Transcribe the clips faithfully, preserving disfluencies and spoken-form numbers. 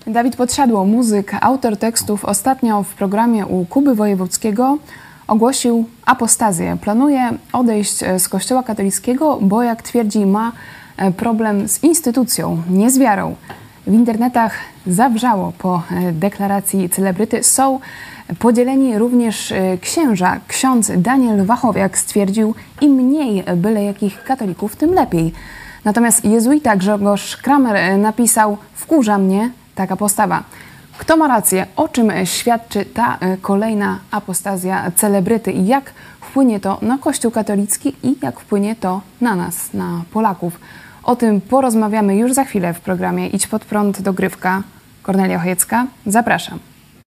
Dawid Podsiadło, muzyk, autor tekstów, ostatnio w programie u Kuby Wojewódzkiego ogłosił apostazję. Planuje odejść z Kościoła katolickiego, bo jak twierdzi, ma problem z instytucją, nie z wiarą. W internetach zawrzało po deklaracji celebryty. Są podzieleni również księża. Ksiądz Daniel Wachowiak stwierdził, im mniej byle jakich katolików, tym lepiej. Natomiast jezuita Grzegorz Kramer napisał: wkurza mnie taka postawa. Kto ma rację? O czym świadczy ta kolejna apostazja celebryty i jak wpłynie to na Kościół katolicki i jak wpłynie to na nas, na Polaków? O tym porozmawiamy już za chwilę w programie Idź Pod Prąd, dogrywka. Kornelia Chojecka, zapraszam.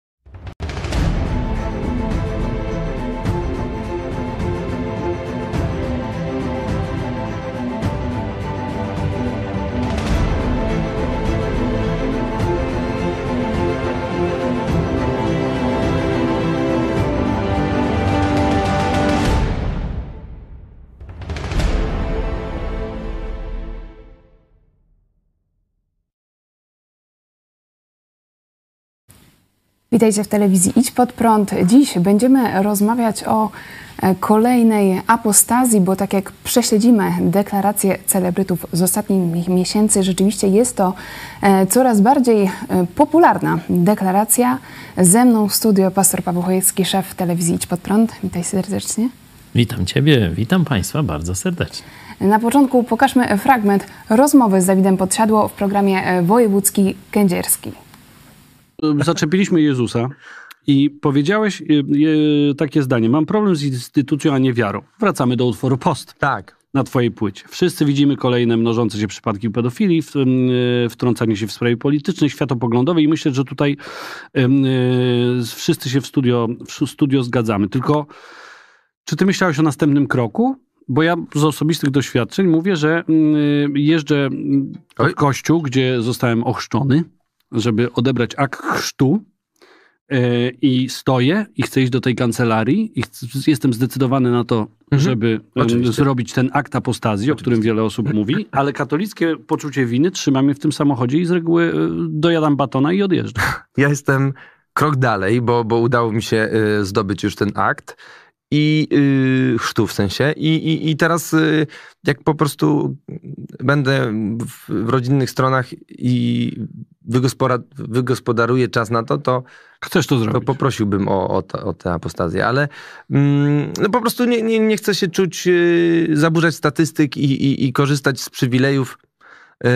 Witajcie w telewizji Idź Pod Prąd. Dziś będziemy rozmawiać o kolejnej apostazji, bo tak jak prześledzimy deklaracje celebrytów z ostatnich miesięcy, rzeczywiście jest to coraz bardziej popularna deklaracja. Ze mną w studio pastor Paweł Chojecki, szef telewizji Idź Pod Prąd. Witaj serdecznie. Witam Ciebie, witam Państwa bardzo serdecznie. Na początku pokażmy fragment rozmowy z Dawidem Podsiadło w programie Wojewódzki Kędzierski. Zaczepiliśmy Jezusa i powiedziałeś takie zdanie: mam problem z instytucją, a nie wiarą. Wracamy do utworu Post. Tak. Na twojej płycie. Wszyscy widzimy kolejne mnożące się przypadki pedofilii, wtrącanie się w sprawy polityczne, światopoglądowe i myślę, że tutaj wszyscy się w studio, w studio zgadzamy. Tylko czy ty myślałeś o następnym kroku? Bo ja z osobistych doświadczeń mówię, że jeżdżę w kościół, gdzie zostałem ochrzczony, żeby odebrać akt chrztu yy, i stoję i chcę iść do tej kancelarii i ch- jestem zdecydowany na to, mhm. żeby yy, zrobić ten akt apostazji, Oczywiście. o którym wiele osób mówi, ale katolickie poczucie winy trzyma mnie w tym samochodzie i z reguły yy, dojadam batona i odjeżdżam. Ja jestem krok dalej, bo, bo udało mi się yy, zdobyć już ten akt. I yy, chrztu w sensie. I, i, i teraz yy, jak po prostu będę w, w rodzinnych stronach i wygospodar- wygospodaruję czas na to, to chcesz to zrobić. To poprosiłbym o, o, ta, o tę apostazję, ale mm, no po prostu nie, nie, nie chcę się czuć, yy, zaburzać statystyk i, i, i korzystać z przywilejów yy,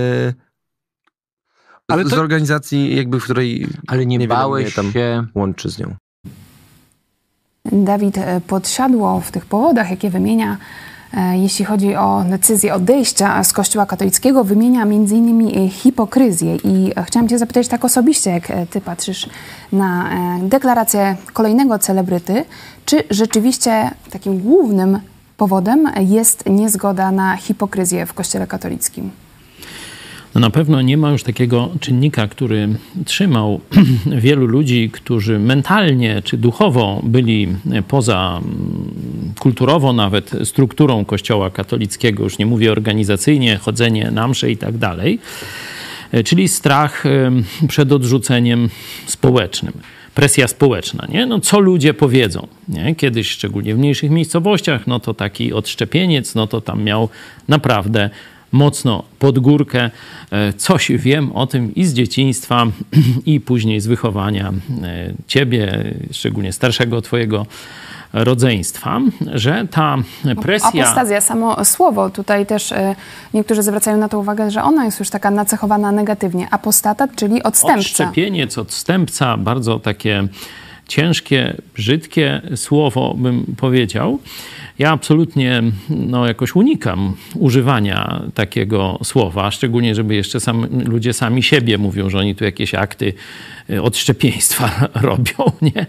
ale z, to... z organizacji, jakby w której ale nie, nie bałeś tam się łączy z nią. Dawid Podsiadło w tych powodach, jakie wymienia, jeśli chodzi o decyzję odejścia z Kościoła katolickiego, wymienia między innymi hipokryzję. I chciałam cię zapytać tak osobiście, jak ty patrzysz na deklarację kolejnego celebryty, czy rzeczywiście takim głównym powodem jest niezgoda na hipokryzję w Kościele katolickim? No na pewno nie ma już takiego czynnika, który trzymał wielu ludzi, którzy mentalnie czy duchowo byli poza kulturowo nawet strukturą Kościoła katolickiego, już nie mówię organizacyjnie, chodzenie na msze i tak dalej, czyli strach przed odrzuceniem społecznym. Presja społeczna, nie? No co ludzie powiedzą, nie? Kiedyś, szczególnie w mniejszych miejscowościach, no to taki odszczepieniec, no to tam miał naprawdę mocno pod górkę. Coś wiem o tym i z dzieciństwa, i później z wychowania ciebie, szczególnie starszego twojego rodzeństwa, że ta presja... Apostazja, samo słowo. Tutaj też y, niektórzy zwracają na to uwagę, że ona jest już taka nacechowana negatywnie. Apostatat, czyli odstępca. Odszczepieniec, odstępca, bardzo takie ciężkie, brzydkie słowo, bym powiedział. Ja absolutnie no, jakoś unikam używania takiego słowa, szczególnie, żeby jeszcze sam, ludzie sami siebie mówią, że oni tu jakieś akty odszczepieństwa robią, nie?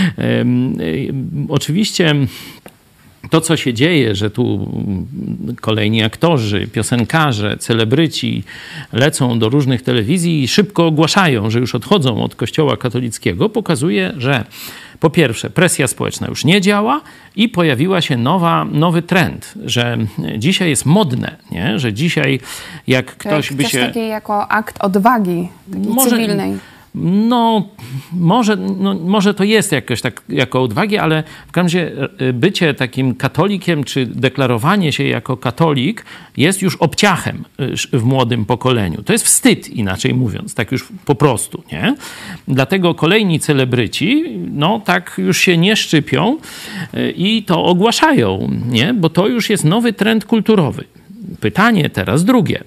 Oczywiście to, co się dzieje, że tu kolejni aktorzy, piosenkarze, celebryci lecą do różnych telewizji i szybko ogłaszają, że już odchodzą od Kościoła katolickiego, pokazuje, że po pierwsze, presja społeczna już nie działa i pojawiła się nowa, nowy trend, że dzisiaj jest modne, nie? Że dzisiaj jak ktoś tak, by też się... takiej jako akt odwagi, takiej Może- cywilnej. No może, no, może to jest jakoś tak jako odwagi, ale w każdym razie e, bycie takim katolikiem, czy deklarowanie się jako katolik jest już obciachem e, sz- w młodym pokoleniu. To jest wstyd, inaczej mówiąc, tak już po prostu, nie? Dlatego kolejni celebryci, no tak już się nie szczypią e, i to ogłaszają, nie? Bo to już jest nowy trend kulturowy. Pytanie teraz drugie.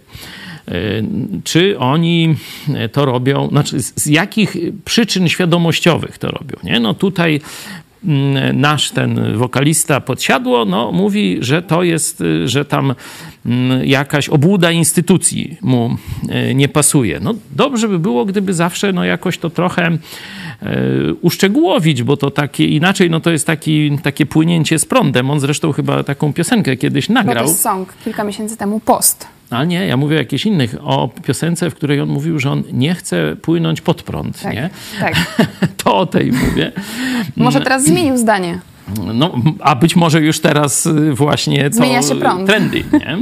Czy oni to robią, znaczy z jakich przyczyn świadomościowych to robią, nie? No tutaj mm, nasz ten wokalista Podsiadło, no mówi, że to jest, że tam mm, jakaś obłuda instytucji mu e, nie pasuje. No dobrze by było, gdyby zawsze no jakoś to trochę e, uszczegółowić, bo to takie inaczej, no to jest taki, takie płynięcie z prądem. On zresztą chyba taką piosenkę kiedyś Bo to nagrał. jest song, kilka miesięcy temu Post. Ale nie, ja mówię o jakichś innych, o piosence, w której on mówił, że on nie chce płynąć pod prąd, Tak, nie? tak. To o tej mówię. Może teraz zmienił zdanie. No, a być może już teraz y, właśnie to Zmienia się prąd. trendy, nie?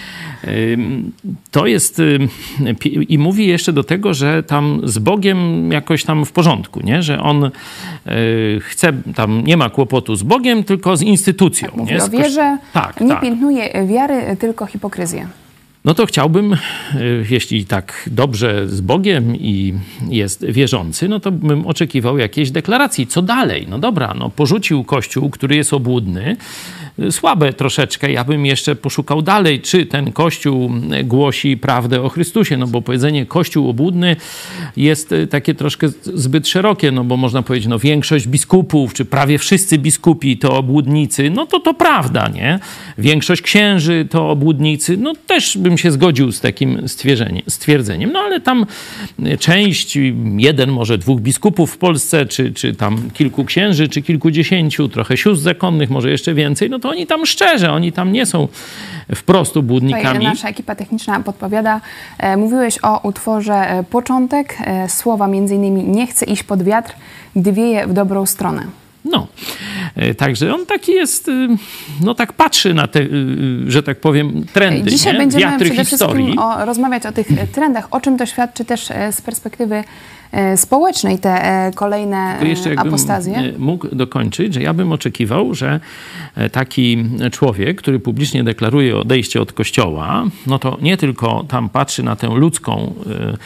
Ym, To jest ym, pi- i mówi jeszcze do tego, że tam z Bogiem jakoś tam w porządku, nie? Że on y, chce, tam nie ma kłopotu z Bogiem, tylko z instytucją. Tak, mówi nie? o Z koś- wierze, tak, nie tak. piętnuje wiary, tylko hipokryzję. No to chciałbym, y, jeśli tak dobrze z Bogiem i jest wierzący, no to bym oczekiwał jakiejś deklaracji. Co dalej? No dobra, no porzucił Kościół, który jest obłudny, y, słabe troszeczkę. Ja bym jeszcze poszukał dalej, czy ten Kościół głosi prawdę o Chrystusie, no bo powiedzenie Kościół obłudny jest y, takie troszkę z- zbyt szerokie, no bo można powiedzieć, no większość biskupów, czy prawie wszyscy biskupi to obłudnicy, no to to prawda, nie? Większość księży to obłudnicy, no też bym się zgodził z takim stwierdzeniem, stwierdzeniem. No ale tam część, jeden, może dwóch biskupów w Polsce, czy, czy tam kilku księży, czy kilkudziesięciu, trochę sióstr zakonnych, może jeszcze więcej, no to oni tam szczerze, oni tam nie są wprost Tutaj obłudnikami. nasza ekipa techniczna podpowiada. E, mówiłeś o utworze e, Początek. E, słowa między innymi nie chcę iść pod wiatr, gdy wieje w dobrą stronę. No, E, także on taki jest, y, no tak patrzy na te, y, że tak powiem, trendy, Dzisiaj nie? będziemy Wiatry przede historii. wszystkim o, rozmawiać o tych e, trendach, o czym to świadczy też e, z perspektywy e, społecznej, te e, kolejne To jeszcze e, jakbym apostazje. e, mógł dokończyć, że ja bym oczekiwał, że e, taki człowiek, który publicznie deklaruje odejście od Kościoła, no to nie tylko tam patrzy na tę ludzką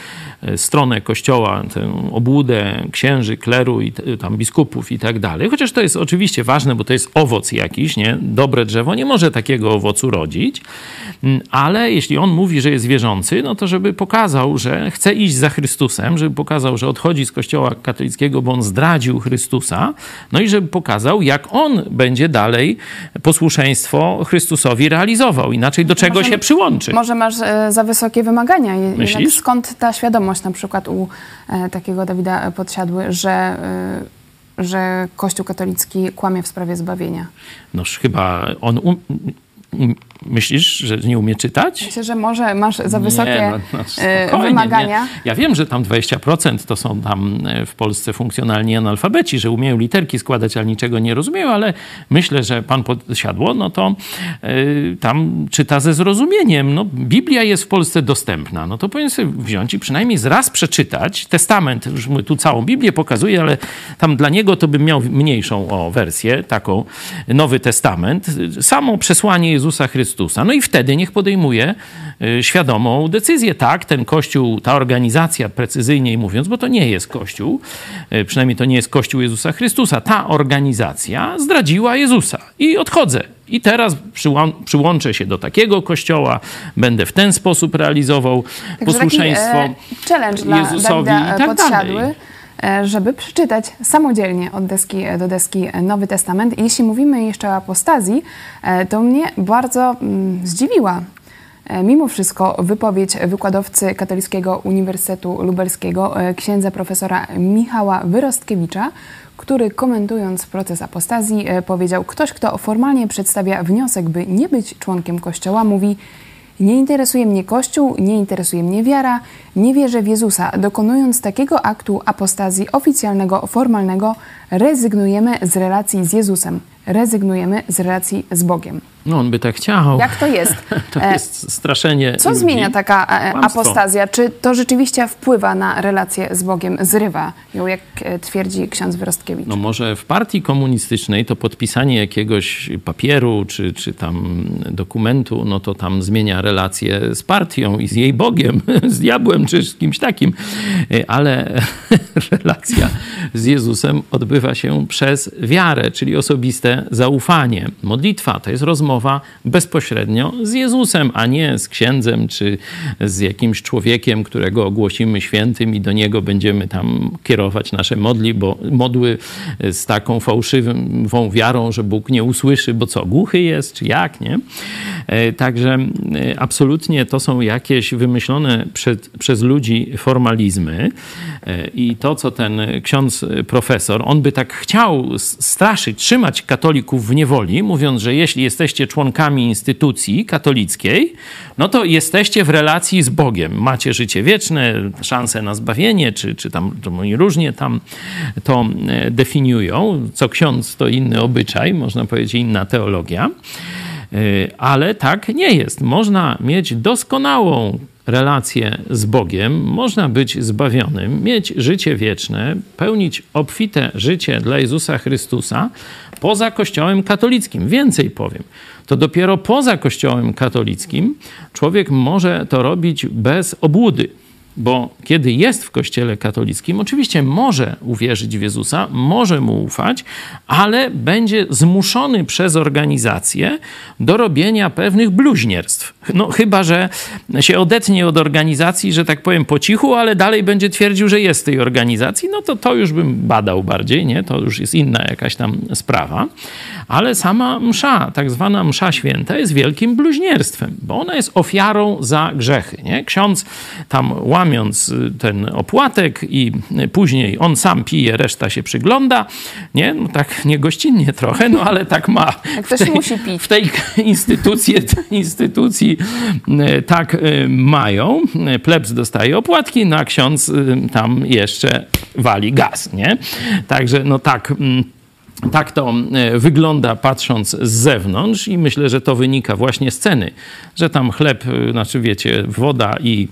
e, e, stronę Kościoła, tę obłudę księży, kleru i t- tam biskupów i tak dalej, chociaż to jest oczywiście ważne, bo to jest owoc jakiś, nie? Dobre drzewo nie może takiego owocu rodzić, Mm, ale jeśli on mówi, że jest wierzący, no to żeby pokazał, że chce iść za Chrystusem, żeby pokazał, że odchodzi z Kościoła katolickiego, bo on zdradził Chrystusa, no i żeby pokazał, jak on będzie dalej posłuszeństwo Chrystusowi realizował. Inaczej do czego Może- się przyłączy. Może masz e, za wysokie wymagania. Je- Jednak Myślisz? skąd ta świadomość na przykład u e, takiego Dawida Podsiadły, że, e, że Kościół katolicki kłamie w sprawie zbawienia? Noż chyba on... Um, um, myślisz, że nie umie czytać? Myślę, że może masz za wysokie Nie, no, no, e, spokojnie, wymagania. Nie. Ja wiem, że tam dwadzieścia procent to są tam e, w Polsce funkcjonalni analfabeci, że umieją literki składać, ale niczego nie rozumieją, ale myślę, że pan Podsiadło, no to e, tam czyta ze zrozumieniem. No, Biblia jest w Polsce dostępna, no to powinien sobie wziąć i przynajmniej raz przeczytać testament. Już mu tu całą Biblię pokazuję, ale tam dla niego to bym miał mniejszą o wersję, taką Nowy Testament. Samo przesłanie Jezusa Chrystusa. No i wtedy niech podejmuje y, świadomą decyzję. Tak, ten Kościół, ta organizacja, precyzyjniej mówiąc, bo to nie jest Kościół, y, przynajmniej to nie jest Kościół Jezusa Chrystusa, ta organizacja zdradziła Jezusa i odchodzę. I teraz przyłą- przyłączę się do takiego kościoła, będę w ten sposób realizował Także posłuszeństwo taki e, challenge dla Jezusowi Dawida i tak Podsiadły, dalej. e, żeby przeczytać samodzielnie od deski do deski Nowy Testament. I jeśli mówimy jeszcze o apostazji, e, to mnie bardzo mm, zdziwiła e, mimo wszystko wypowiedź wykładowcy Katolickiego Uniwersytetu Lubelskiego, e, księdza profesora Michała Wyrostkiewicza, który komentując proces apostazji e, powiedział: ktoś, kto formalnie przedstawia wniosek, by nie być członkiem Kościoła, mówi: Nie interesuje mnie Kościół, nie interesuje mnie wiara, nie wierzę w Jezusa. Dokonując takiego aktu apostazji oficjalnego, formalnego, rezygnujemy z relacji z Jezusem. Rezygnujemy z relacji z Bogiem. No on by tak chciał. Jak to jest? To jest straszenie Co ludzi. zmienia taka Kłamstwo. apostazja? Czy to rzeczywiście wpływa na relację z Bogiem? Zrywa ją, jak twierdzi ksiądz Wyrostkiewicz? No może w partii komunistycznej to podpisanie jakiegoś papieru czy, czy tam dokumentu, no to tam zmienia relację z partią i z jej Bogiem, z diabłem czy z kimś takim. Ale relacja z Jezusem odbywa się przez wiarę, czyli osobiste zaufanie. Modlitwa to jest rozmowa bezpośrednio z Jezusem, a nie z księdzem czy z jakimś człowiekiem, którego ogłosimy świętym i do niego będziemy tam kierować nasze modli, bo modły z taką fałszywą wiarą, że Bóg nie usłyszy, bo co, głuchy jest, czy jak, nie? Także absolutnie to są jakieś wymyślone przed, przez ludzi formalizmy i to, co ten ksiądz profesor, on by tak chciał straszyć, trzymać katolików w niewoli, mówiąc, że jeśli jesteście członkami instytucji katolickiej, no to jesteście w relacji z Bogiem. Macie życie wieczne, szansę na zbawienie, czy, czy tam to oni różnie tam to definiują. Co ksiądz to inny obyczaj, można powiedzieć inna teologia. Ale tak nie jest. Można mieć doskonałą relację z Bogiem, można być zbawionym, mieć życie wieczne, pełnić obfite życie dla Jezusa Chrystusa poza Kościołem katolickim. Więcej powiem, to dopiero poza Kościołem katolickim człowiek może to robić bez obłudy. Bo kiedy jest w Kościele katolickim, oczywiście może uwierzyć w Jezusa, może mu ufać, ale będzie zmuszony przez organizację do robienia pewnych bluźnierstw. No chyba że się odetnie od organizacji, że tak powiem po cichu, ale dalej będzie twierdził, że jest w tej organizacji, no to to już bym badał bardziej, nie? To już jest inna jakaś tam sprawa. Ale sama msza, tak zwana msza święta jest wielkim bluźnierstwem, bo ona jest ofiarą za grzechy, nie? Ksiądz tam łamie ten opłatek i później on sam pije, reszta się przygląda. Nie? No tak niegościnnie trochę, no ale tak ma. Ktoś tej, musi pić. W tej instytucji, instytucji tak mają. Plebs dostaje opłatki, no a ksiądz tam jeszcze wali gaz. Nie? Także no tak... Tak to wygląda patrząc z zewnątrz i myślę, że to wynika właśnie z ceny, że tam chleb, znaczy wiecie, woda i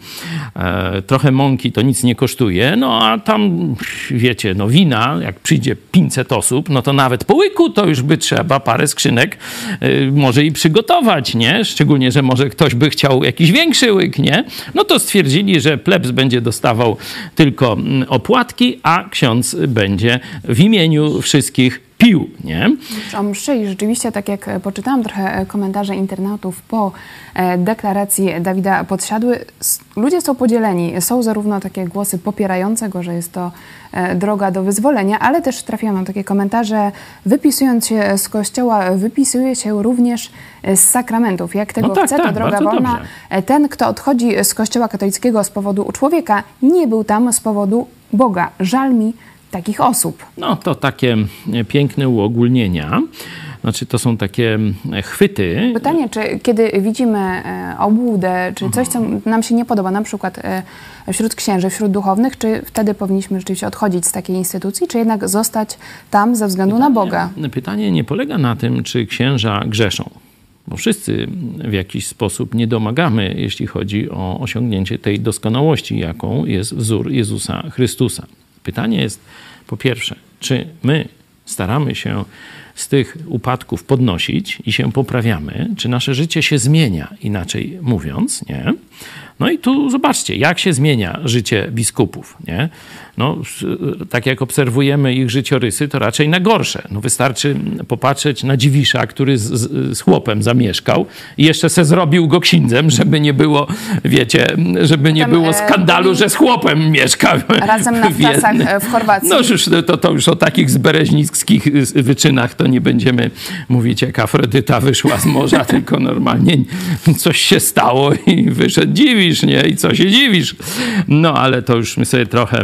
e, trochę mąki to nic nie kosztuje, no a tam wiecie, no wina, jak przyjdzie pięćset osób, no to nawet po łyku to już by trzeba parę skrzynek e, może i przygotować, nie? Szczególnie, że może ktoś by chciał jakiś większy łyk, nie? No to stwierdzili, że plebs będzie dostawał tylko opłatki, a ksiądz będzie w imieniu wszystkich pił, nie? O mszy i rzeczywiście, tak jak poczytałam trochę komentarze internautów po deklaracji Dawida Podsiadły, ludzie są podzieleni. Są zarówno takie głosy popierające go, że jest to droga do wyzwolenia, ale też trafiłam na takie komentarze, wypisując się z Kościoła, wypisuje się również z sakramentów. Jak tego no tak, chce, tak, to droga wolna. Dobrze. Ten, kto odchodzi z Kościoła katolickiego z powodu człowieka, nie był tam z powodu Boga. Żal mi takich osób. No to takie piękne uogólnienia. Znaczy to są takie chwyty. Pytanie, czy kiedy widzimy obłudę, czy coś, co nam się nie podoba, na przykład wśród księży, wśród duchownych, czy wtedy powinniśmy rzeczywiście odchodzić z takiej instytucji, czy jednak zostać tam ze względu pytanie, na Boga? Pytanie nie polega na tym, czy księża grzeszą. Bo wszyscy w jakiś sposób nie domagamy, jeśli chodzi o osiągnięcie tej doskonałości, jaką jest wzór Jezusa Chrystusa. Pytanie jest po pierwsze, czy my staramy się z tych upadków podnosić i się poprawiamy, czy nasze życie się zmienia, inaczej mówiąc, nie? No i tu zobaczcie, jak się zmienia życie biskupów, nie? No, tak jak obserwujemy ich życiorysy, to raczej na gorsze. No, wystarczy popatrzeć na Dziwisza, który z, z, z chłopem zamieszkał i jeszcze se zrobił go księdzem, żeby nie było, wiecie, żeby nie Tam, było skandalu, e, że z chłopem mieszka. Razem na wczasach w Chorwacji. No już to, to już o takich zbereźnickich wyczynach to nie będziemy mówić, jak Afrodyta wyszła z morza, tylko normalnie coś się stało i wyszedł Dziwisz, nie? I co się dziwisz? No ale to już my sobie trochę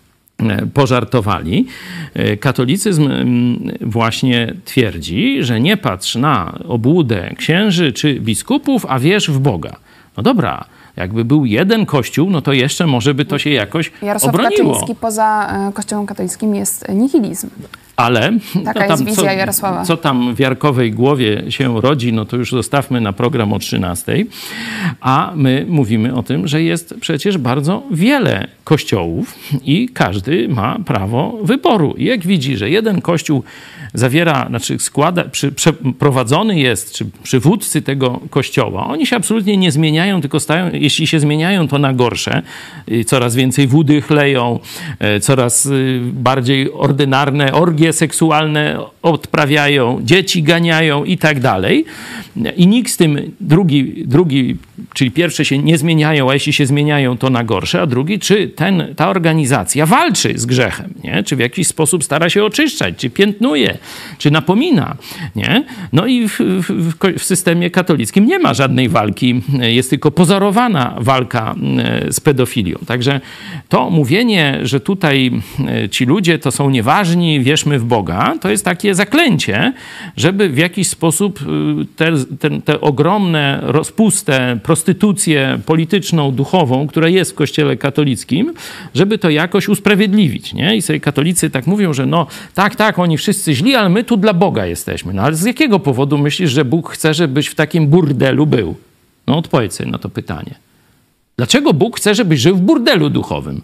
pożartowali. Katolicyzm właśnie twierdzi, że nie patrz na obłudę księży czy biskupów, a wierz w Boga. No dobra, jakby był jeden kościół, no to jeszcze może by to się jakoś Jarosław obroniło. Kaczyński poza Kościołem katolickim jest nihilizm. Ale Taka no tam, jest wizja co, Jarosława. Co tam w Jarkowej głowie się rodzi, no to już zostawmy na program o trzynastej. A my mówimy o tym, że jest przecież bardzo wiele kościołów i każdy ma prawo wyboru. I jak widzi, że jeden kościół zawiera, znaczy składa, przy, prowadzony jest, czy przywódcy tego kościoła, oni się absolutnie nie zmieniają, tylko stają, jeśli się zmieniają, to na gorsze. Coraz więcej wódy chleją, coraz bardziej ordynarne orgie seksualne odprawiają, dzieci ganiają i tak dalej. I nikt z tym, drugi, drugi, czyli pierwsze się nie zmieniają, a jeśli się zmieniają, to na gorsze, a drugi, czy ten, ta organizacja walczy z grzechem, nie? Czy w jakiś sposób stara się oczyszczać, czy piętnuje, czy napomina, nie? No i w, w, w systemie katolickim nie ma żadnej walki, jest tylko pozorowana walka z pedofilią. Także to mówienie, że tutaj ci ludzie to są nieważni, wierzmy w Boga, to jest takie zaklęcie, żeby w jakiś sposób te, te, te ogromne, rozpustę, prostytucję polityczną, duchową, która jest w Kościele katolickim, żeby to jakoś usprawiedliwić, nie? I sobie katolicy tak mówią, że no tak, tak, oni wszyscy źli, ale my tu dla Boga jesteśmy. No ale z jakiego powodu myślisz, że Bóg chce, żebyś w takim burdelu był? No odpowiedz sobie na to pytanie. Dlaczego Bóg chce, żebyś żył w burdelu duchowym?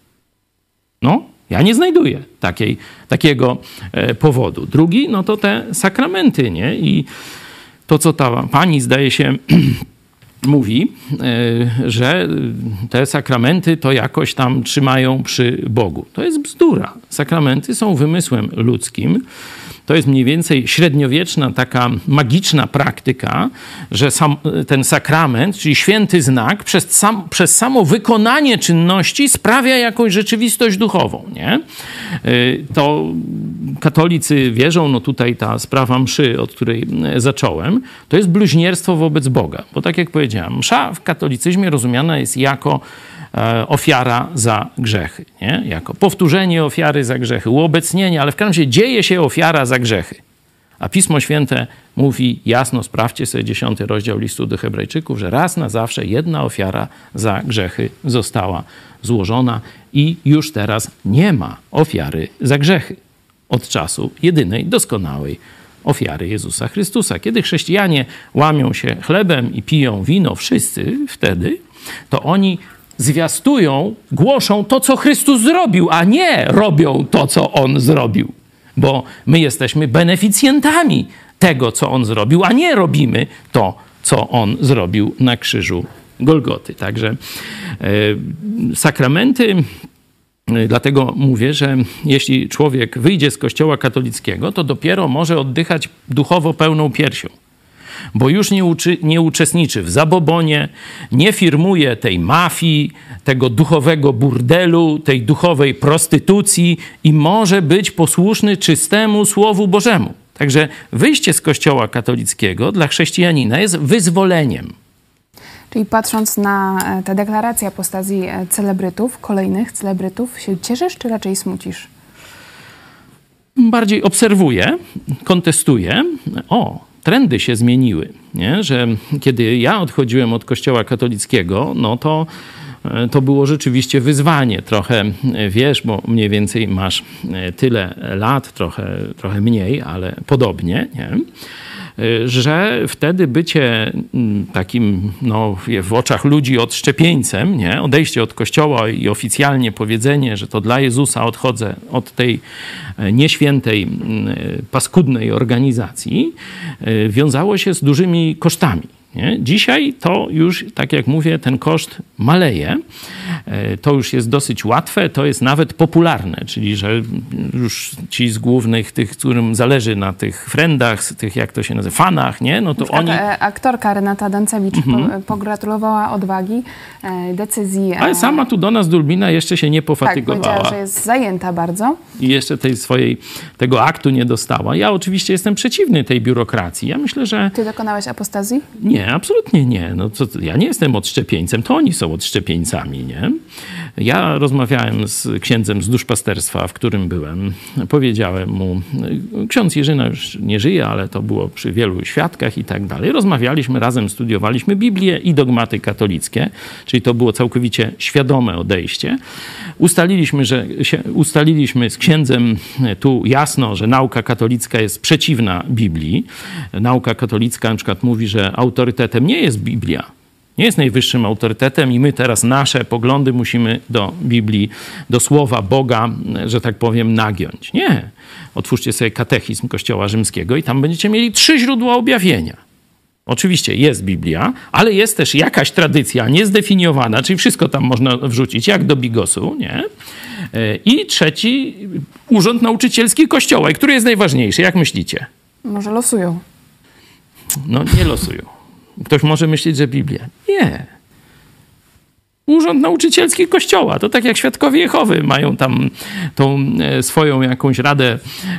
No, ja nie znajduję takiej, takiego e, powodu. Drugi, no to te sakramenty, nie? I to, co ta pani, zdaje się, mówi, e, że te sakramenty to jakoś tam trzymają przy Bogu. To jest bzdura. Sakramenty są wymysłem ludzkim. To jest mniej więcej średniowieczna taka magiczna praktyka, że sam, ten sakrament, czyli święty znak, przez, sam, przez samo wykonanie czynności sprawia jakąś rzeczywistość duchową, nie? To katolicy wierzą, no tutaj ta sprawa mszy, od której zacząłem, to jest bluźnierstwo wobec Boga. Bo tak jak powiedziałem, msza w katolicyzmie rozumiana jest jako ofiara za grzechy, nie? Jako powtórzenie ofiary za grzechy, uobecnienie, ale w każdym razie dzieje się ofiara za grzechy. A Pismo Święte mówi jasno, sprawdźcie sobie dziesiąty rozdział listu do Hebrajczyków, że raz na zawsze jedna ofiara za grzechy została złożona i już teraz nie ma ofiary za grzechy od czasu jedynej, doskonałej ofiary Jezusa Chrystusa. Kiedy chrześcijanie łamią się chlebem i piją wino, wszyscy wtedy, to oni zwiastują, głoszą to, co Chrystus zrobił, a nie robią to, co On zrobił. Bo my jesteśmy beneficjentami tego, co On zrobił, a nie robimy to, co On zrobił na krzyżu Golgoty. Także e, sakramenty, e, dlatego mówię, że jeśli człowiek wyjdzie z Kościoła katolickiego, to dopiero może oddychać duchowo pełną piersią. Bo już nie, uczy, nie uczestniczy w zabobonie, nie firmuje tej mafii, tego duchowego burdelu, tej duchowej prostytucji i może być posłuszny czystemu Słowu Bożemu. Także wyjście z Kościoła katolickiego dla chrześcijanina jest wyzwoleniem. Czyli patrząc na te deklaracje apostazji celebrytów, kolejnych celebrytów, się cieszysz czy raczej smucisz? Bardziej obserwuję, kontestuję. O, trendy się zmieniły, nie? Że kiedy ja odchodziłem od Kościoła katolickiego, no to, to było rzeczywiście wyzwanie. Trochę, wiesz, bo mniej więcej masz tyle lat, trochę, trochę mniej, ale podobnie, nie? Że wtedy bycie takim, no, w oczach ludzi odszczepieńcem, nie? Odejście od Kościoła i oficjalnie powiedzenie, że to dla Jezusa odchodzę od tej nieświętej, paskudnej organizacji, wiązało się z dużymi kosztami. Nie? Dzisiaj to już, tak jak mówię, ten koszt maleje. To już jest dosyć łatwe, to jest nawet popularne, czyli że już ci z głównych, tych, którym zależy na tych friendach, tych, jak to się nazywa, fanach, nie? No to oni... Aktorka Renata Dancewicz mhm. pogratulowała odwagi, decyzji. Ale sama tu do nas do Lublina jeszcze się nie pofatygowała. Tak, powiedziała, że jest zajęta bardzo. I jeszcze tej swojej, tego aktu nie dostała. Ja oczywiście jestem przeciwny tej biurokracji. Ja myślę, że... Ty dokonałeś apostazji? Nie. Nie, absolutnie nie. No co, ja nie jestem odszczepieńcem, to oni są odszczepieńcami, nie? Ja rozmawiałem z księdzem z duszpasterstwa, w którym byłem. Powiedziałem mu, ksiądz Jerzyna już nie żyje, ale to było przy wielu świadkach i tak dalej. Rozmawialiśmy razem, studiowaliśmy Biblię i dogmaty katolickie, czyli to było całkowicie świadome odejście. Ustaliliśmy, że, ustaliliśmy z księdzem tu jasno, że nauka katolicka jest przeciwna Biblii. Nauka katolicka na przykład mówi, że autorytetem nie jest Biblia. Nie jest najwyższym autorytetem i my teraz nasze poglądy musimy do Biblii, do słowa Boga, że tak powiem, nagiąć. Nie. Otwórzcie sobie katechizm Kościoła Rzymskiego i tam będziecie mieli trzy źródła objawienia. Oczywiście jest Biblia, ale jest też jakaś tradycja niezdefiniowana, czyli wszystko tam można wrzucić, jak do bigosu, nie? I trzeci, urząd nauczycielski Kościoła. I który jest najważniejszy? Jak myślicie? Może losują. No nie losują. Ktoś może myśleć, że Biblia. Nie. Urząd nauczycielski Kościoła. To tak jak Świadkowie Jehowy mają tam tą swoją jakąś radę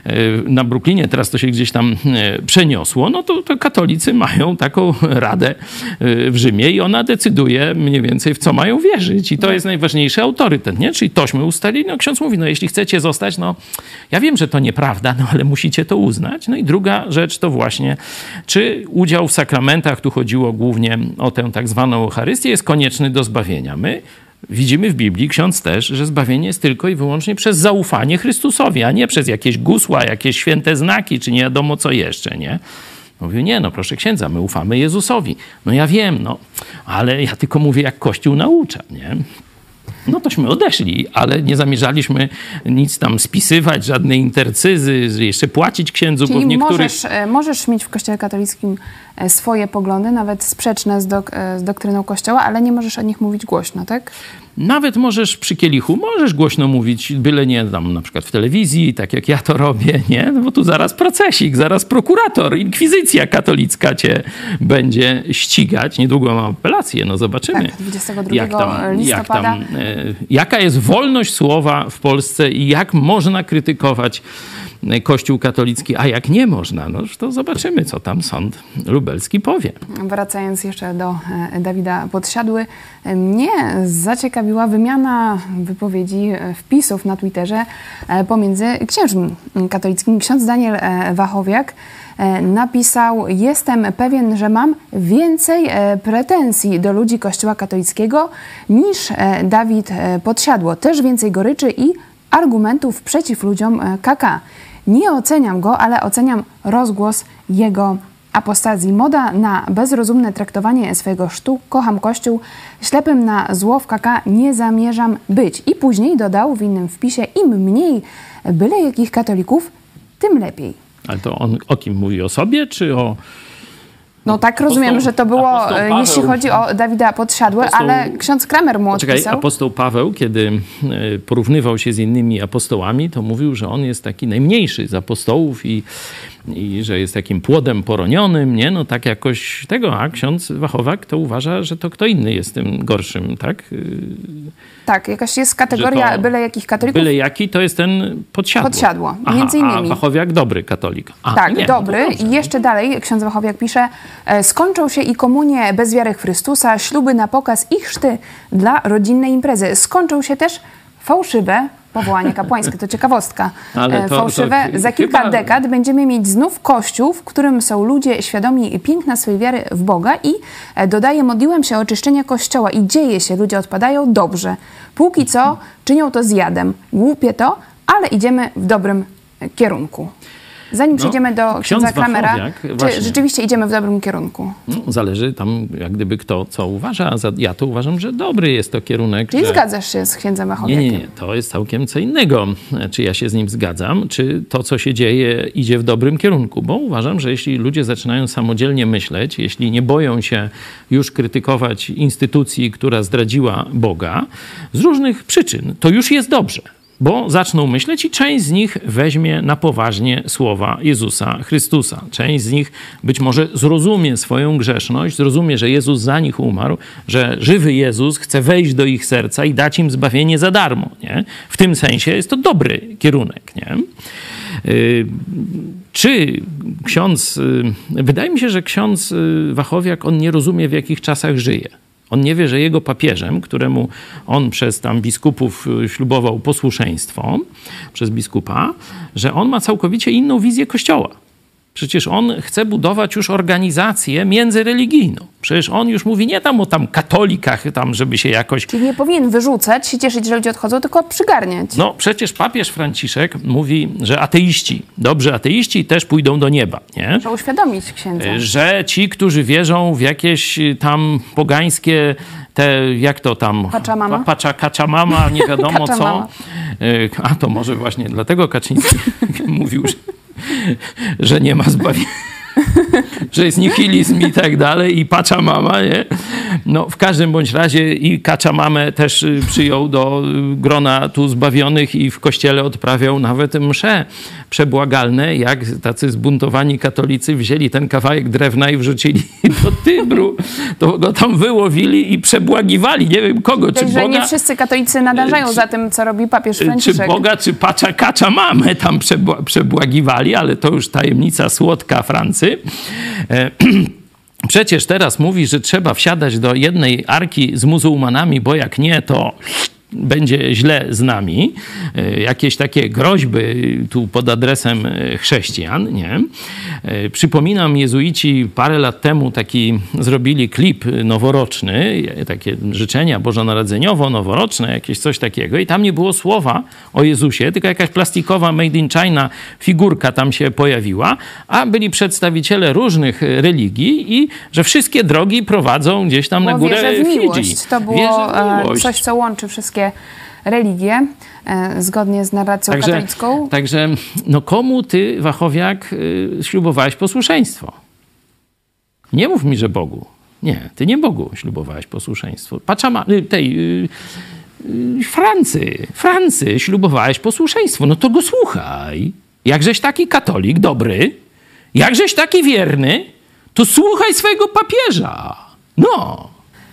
na Brooklynie, teraz to się gdzieś tam przeniosło, no to, to katolicy mają taką radę w Rzymie i ona decyduje mniej więcej, w co mają wierzyć. I to jest najważniejszy autorytet, nie? Czyli tośmy ustalili. No ksiądz mówi, no jeśli chcecie zostać, no ja wiem, że to nieprawda, no ale musicie to uznać. No i druga rzecz to właśnie, czy udział w sakramentach, tu chodziło głównie o tę tak zwaną Eucharystię, jest konieczny do zbawienia. My widzimy w Biblii, ksiądz też, że zbawienie jest tylko i wyłącznie przez zaufanie Chrystusowi, a nie przez jakieś gusła, jakieś święte znaki, czy nie wiadomo co jeszcze, nie? Mówię, nie, no proszę księdza, my ufamy Jezusowi. No ja wiem, no, ale ja tylko mówię, jak Kościół naucza, nie? No tośmy odeszli, ale nie zamierzaliśmy nic tam spisywać, żadnej intercyzy, jeszcze płacić księdzu, Czyli bo w niektórych... możesz, możesz mieć w Kościele katolickim swoje poglądy, nawet sprzeczne z, dok z doktryną Kościoła, ale nie możesz o nich mówić głośno, tak? Nawet możesz przy kielichu, możesz głośno mówić, byle nie tam na przykład w telewizji, tak jak ja to robię, nie? No bo tu zaraz procesik, zaraz prokurator, inkwizycja katolicka cię będzie ścigać. Niedługo mam apelację, no zobaczymy. Tak, dwudziestego drugiego listopada. Jak tam, e, jaka jest wolność słowa w Polsce i jak można krytykować Kościół katolicki, a jak nie można, no to zobaczymy, co tam sąd lubelski powie. Wracając jeszcze do Dawida Podsiadły, mnie zaciekawiła wymiana wypowiedzi, wpisów na Twitterze pomiędzy księżem katolickim. Ksiądz Daniel Wachowiak napisał: jestem pewien, że mam więcej pretensji do ludzi Kościoła katolickiego niż Dawid Podsiadło. Też więcej goryczy i argumentów przeciw ludziom K K. Nie oceniam go, ale oceniam rozgłos jego apostazji. Moda na bezrozumne traktowanie swojego chrztu. Kocham Kościół. Ślepym na zło w K K nie zamierzam być. I później dodał w innym wpisie: im mniej byle jakich katolików, tym lepiej. Ale to on o kim mówi? O sobie czy o... No tak apostoł, rozumiem, że to było, Paweł, jeśli chodzi o Dawida Podsiadłe, apostoł, ale ksiądz Kramer mu poczekaj, odpisał. Apostoł Paweł, kiedy porównywał się z innymi apostołami, to mówił, że on jest taki najmniejszy z apostołów i, i że jest takim płodem poronionym, nie? No tak jakoś tego, a ksiądz Wachowiak to uważa, że to kto inny jest tym gorszym, tak? Tak, jakaś jest kategoria byle jakich katolików. Byle jaki to jest ten Podsiadło. Podsiadło, Aha, między innymi. A Wachowiak dobry katolik. Aha, tak, nie, dobry. no I jeszcze dalej ksiądz Wachowiak pisze: skończą się i komunie bez wiary w Chrystusa, śluby na pokaz i chrzty dla rodzinnej imprezy. Skończą się też fałszywe powołanie kapłańskie. To ciekawostka. Ale to, Fałszywe. To, Za kilka chyba... dekad będziemy mieć znów Kościół, w którym są ludzie świadomi piękna swojej wiary w Boga i dodaje: modliłem się o oczyszczenie Kościoła i dzieje się, ludzie odpadają dobrze. Póki co czynią to z jadem. Głupie to, ale idziemy w dobrym kierunku. Zanim przejdziemy no, do księdza Kramera, czy właśnie. rzeczywiście idziemy w dobrym kierunku? No, zależy tam jak gdyby kto co uważa. Ja to uważam, że dobry jest to kierunek. Czyli że... zgadzasz się z księdzem Wachowiakiem? Nie, nie, nie. To jest całkiem co innego. Czy ja się z nim zgadzam, czy to, co się dzieje, idzie w dobrym kierunku. Bo uważam, że jeśli ludzie zaczynają samodzielnie myśleć, jeśli nie boją się już krytykować instytucji, która zdradziła Boga, z różnych przyczyn, to już jest dobrze. Bo zaczną myśleć i część z nich weźmie na poważnie słowa Jezusa Chrystusa. Część z nich być może zrozumie swoją grzeszność, zrozumie, że Jezus za nich umarł, że żywy Jezus chce wejść do ich serca i dać im zbawienie za darmo. Nie? W tym sensie jest to dobry kierunek. Nie? Czy ksiądz... Wydaje mi się, że ksiądz Wachowiak, on nie rozumie, w jakich czasach żyje. On nie wie, że jego papieżem, któremu on przez tam biskupów ślubował posłuszeństwo, przez biskupa, że on ma całkowicie inną wizję Kościoła. Przecież on chce budować już organizację międzyreligijną. Przecież on już mówi nie tam o tam katolikach, tam, żeby się jakoś... Czyli nie powinien wyrzucać, się cieszyć, że ludzie odchodzą, tylko przygarniać. No przecież papież Franciszek mówi, że ateiści, dobrzy ateiści też pójdą do nieba, nie? Trzeba uświadomić księdza. Że ci, którzy wierzą w jakieś tam pogańskie, te, jak to tam... Pachamama? Pacza, kaczamama, nie wiadomo Kaczamama. co. A to może właśnie dlatego Kaczyński mówił, że że nie ma zbawienia, że jest nihilizm i tak dalej, i Pachamama, nie? No w każdym bądź razie i Kaczamamę też przyjął do grona tu zbawionych i w kościele odprawiał nawet msze przebłagalne, jak tacy zbuntowani katolicy wzięli ten kawałek drewna i wrzucili do Tybru, to go tam wyłowili i przebłagiwali, nie wiem kogo, czy Że Boga... nie wszyscy katolicy nadążają czy, za tym, co robi papież Franciszek. Czy Boga, czy Pacza, Kaczamamę tam przebła, przebłagiwali, ale to już tajemnica słodka Francy. E, Przecież teraz mówi, że trzeba wsiadać do jednej arki z muzułmanami, bo jak nie, to będzie źle z nami. Jakieś takie groźby tu pod adresem chrześcijan, nie? Przypominam, jezuici parę lat temu taki zrobili klip noworoczny, takie życzenia bożonarodzeniowo-noworoczne, jakieś coś takiego i tam nie było słowa o Jezusie, tylko jakaś plastikowa made in China figurka tam się pojawiła, a byli przedstawiciele różnych religii i że wszystkie drogi prowadzą gdzieś tam na górę wierzę w miłość. Fidżi. To było Wierzę w miłość. coś, co łączy wszystkie religie, e, zgodnie z narracją Także, katolicką. także no komu ty, Wachowiak, y, ślubowałeś posłuszeństwo? Nie mów mi, że Bogu. Nie, ty nie Bogu ślubowałeś posłuszeństwo. Patrzama, tej y, y, Francy, Francy ślubowałeś posłuszeństwo. No to go słuchaj. Jakżeś taki katolik dobry, jakżeś taki wierny, to słuchaj swojego papieża. No.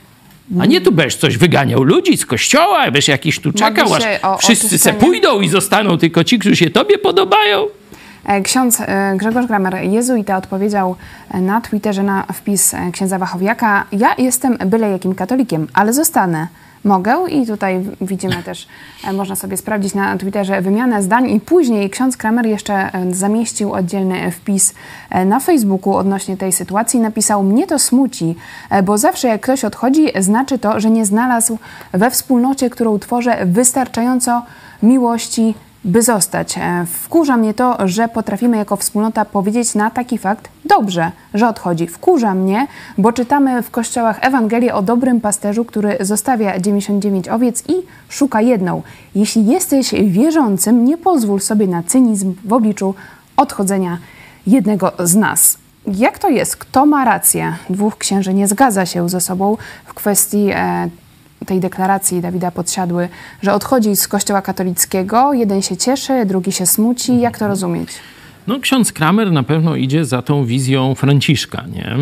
A nie tu będziesz coś wyganiał ludzi z kościoła, będziesz jakiś tu czekał, aż o wszyscy se oczyszczenie. pójdą i zostaną tylko ci, którzy się tobie podobają. Ksiądz Grzegorz Gramer, jezuita, odpowiedział na Twitterze na wpis księdza Wachowiaka: ja jestem byle jakim katolikiem, ale zostanę. Mogę i tutaj widzimy też, można sobie sprawdzić na Twitterze wymianę zdań i później ksiądz Kramer jeszcze zamieścił oddzielny wpis na Facebooku odnośnie tej sytuacji. Napisał: mnie to smuci, bo zawsze jak ktoś odchodzi, znaczy to, że nie znalazł we wspólnocie, którą tworzę, wystarczająco miłości, by zostać. Wkurza mnie to, że potrafimy jako wspólnota powiedzieć na taki fakt: dobrze, że odchodzi. Wkurza mnie, bo czytamy w kościołach Ewangelię o dobrym pasterzu, który zostawia dziewięćdziesiąt dziewięć owiec i szuka jedną. Jeśli jesteś wierzącym, nie pozwól sobie na cynizm w obliczu odchodzenia jednego z nas. Jak to jest? Kto ma rację? Dwóch księży nie zgadza się ze sobą w kwestii e, tej deklaracji Dawida Podsiadły, że odchodzi z kościoła katolickiego. Jeden się cieszy, drugi się smuci. Jak to rozumieć? No, ksiądz Kramer na pewno idzie za tą wizją Franciszka, nie?